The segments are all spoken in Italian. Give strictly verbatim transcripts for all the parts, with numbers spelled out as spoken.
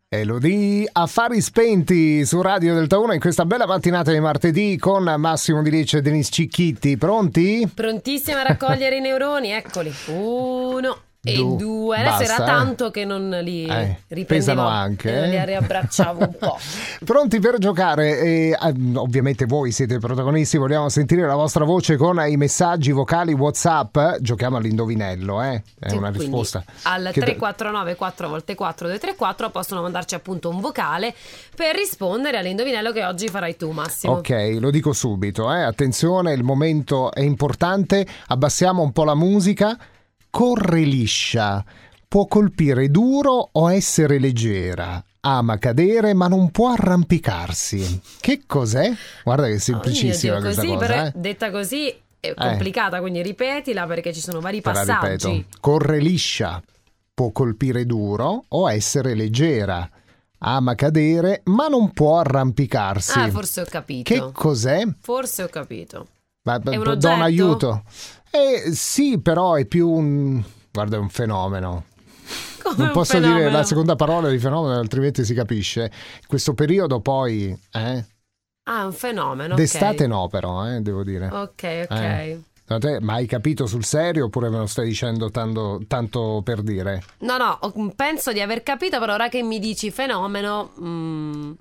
Elodie, Affari Spenti su Radio Delta uno in questa bella mattinata di martedì con Massimo Di Lecce e Denise Cicchitti. Pronti? Prontissima a raccogliere i neuroni, eccoli. Uno e Du- due. Adesso basta, era eh. tanto che non li Eh, riprendevo, pesano anche, non eh. li riabbracciavo un po'. Pronti per giocare? E, eh, ovviamente voi siete i protagonisti, vogliamo sentire la vostra voce con i messaggi vocali WhatsApp. Giochiamo all'indovinello, eh? È una Quindi, risposta. al che- tre quattro nove quattro volte quattro due tre quattro possono mandarci appunto un vocale per rispondere all'indovinello che oggi farai tu, Massimo. Ok, lo dico subito, eh? Attenzione, il momento è importante, abbassiamo un po' la musica. Corre liscia, può colpire duro o essere leggera, ama cadere ma non può arrampicarsi. Che cos'è? Guarda che semplicissima Oh, mio Dio, questa così, cosa, però, eh? detta così è complicata, quindi ripetila perché ci sono vari Te la passaggi. ripeto. Corre liscia, può colpire duro o essere leggera, ama cadere ma non può arrampicarsi. Ah, forse ho capito. Che cos'è? Forse ho capito. Ma, È un do oggetto? un aiuto. Eh, sì, però è più un... Guarda, è un fenomeno. Come Non un posso fenomeno. dire la seconda parola di fenomeno, altrimenti si capisce. Questo periodo poi... Eh? Ah, è un fenomeno. D'estate ok. no, però, eh, devo dire. Ok, ok. Eh. Da te, ma hai capito sul serio oppure me lo stai dicendo tanto, tanto per dire? No, no, ho- penso di aver capito, però ora che mi dici fenomeno, mm,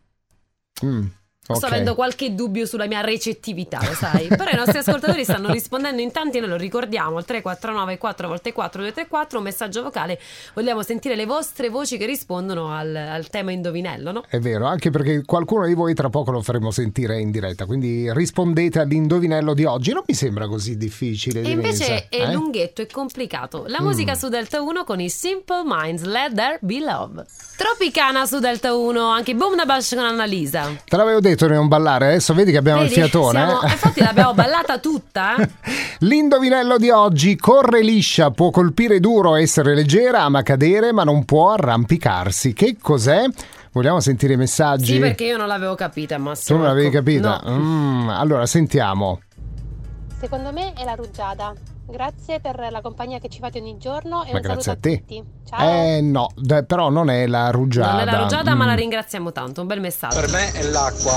Mm, sto ok. avendo qualche dubbio sulla mia recettività, lo sai. Però i nostri ascoltatori stanno rispondendo in tanti, noi lo ricordiamo, al tre quattro nove quattro volte quattro due tre quattro, un messaggio vocale, vogliamo sentire le vostre voci che rispondono al, al tema indovinello, no? È vero, anche perché qualcuno di voi tra poco lo faremo sentire in diretta, quindi rispondete all'indovinello di oggi. Non mi sembra così difficile. E invece Denise, è eh? lunghetto e complicato. La musica su Delta uno con i Simple Minds, Let There Be Love. Tropicana su Delta uno, anche Boom da Bash con Annalisa. Te l'avevo detto di non ballare, adesso vedi che abbiamo Vedi? il fiatone. Siamo- eh? infatti l'abbiamo ballata tutta. eh? L'indovinello di oggi: corre liscia, può colpire duro, essere leggera, ama cadere ma non può arrampicarsi. Che cos'è? Vogliamo sentire i messaggi? Sì, perché io non l'avevo capita, Massimo. Tu non l'avevi ecco. capita? No. Mm, allora sentiamo. Secondo me è la rugiada. Grazie per la compagnia che ci fate ogni giorno e Ma un grazie saluto a te. tutti. Ciao. Eh no, d- però non è la rugiada. Non è la rugiada, ma Mm. la ringraziamo tanto. Un bel messaggio. Per me è l'acqua.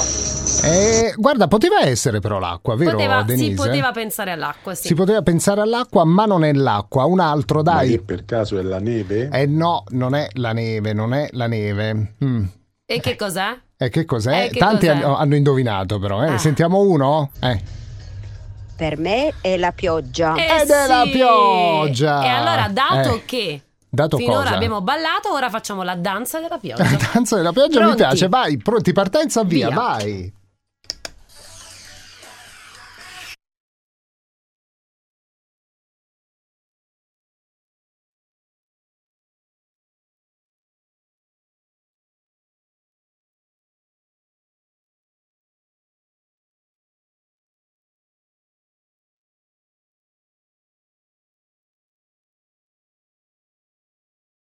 Eh, guarda, poteva essere però l'acqua, vero Poteva, Denise? si poteva pensare all'acqua, sì. Si poteva pensare all'acqua, ma non è l'acqua. Un altro, Ma dai. che per caso è la neve? Eh no, non è la neve, non è la neve. Mm. E che cos'è? E che cos'è? Eh, che Tanti cos'è? hanno, hanno indovinato però, eh. Ah. Sentiamo uno? Eh. Per me è la pioggia. Eh Ed è la sì! pioggia! E allora, dato Eh. che Dato finora cosa? abbiamo ballato, ora facciamo la danza della pioggia. La danza della pioggia mi Pronti? piace, vai, pronti, partenza, via, Via. vai.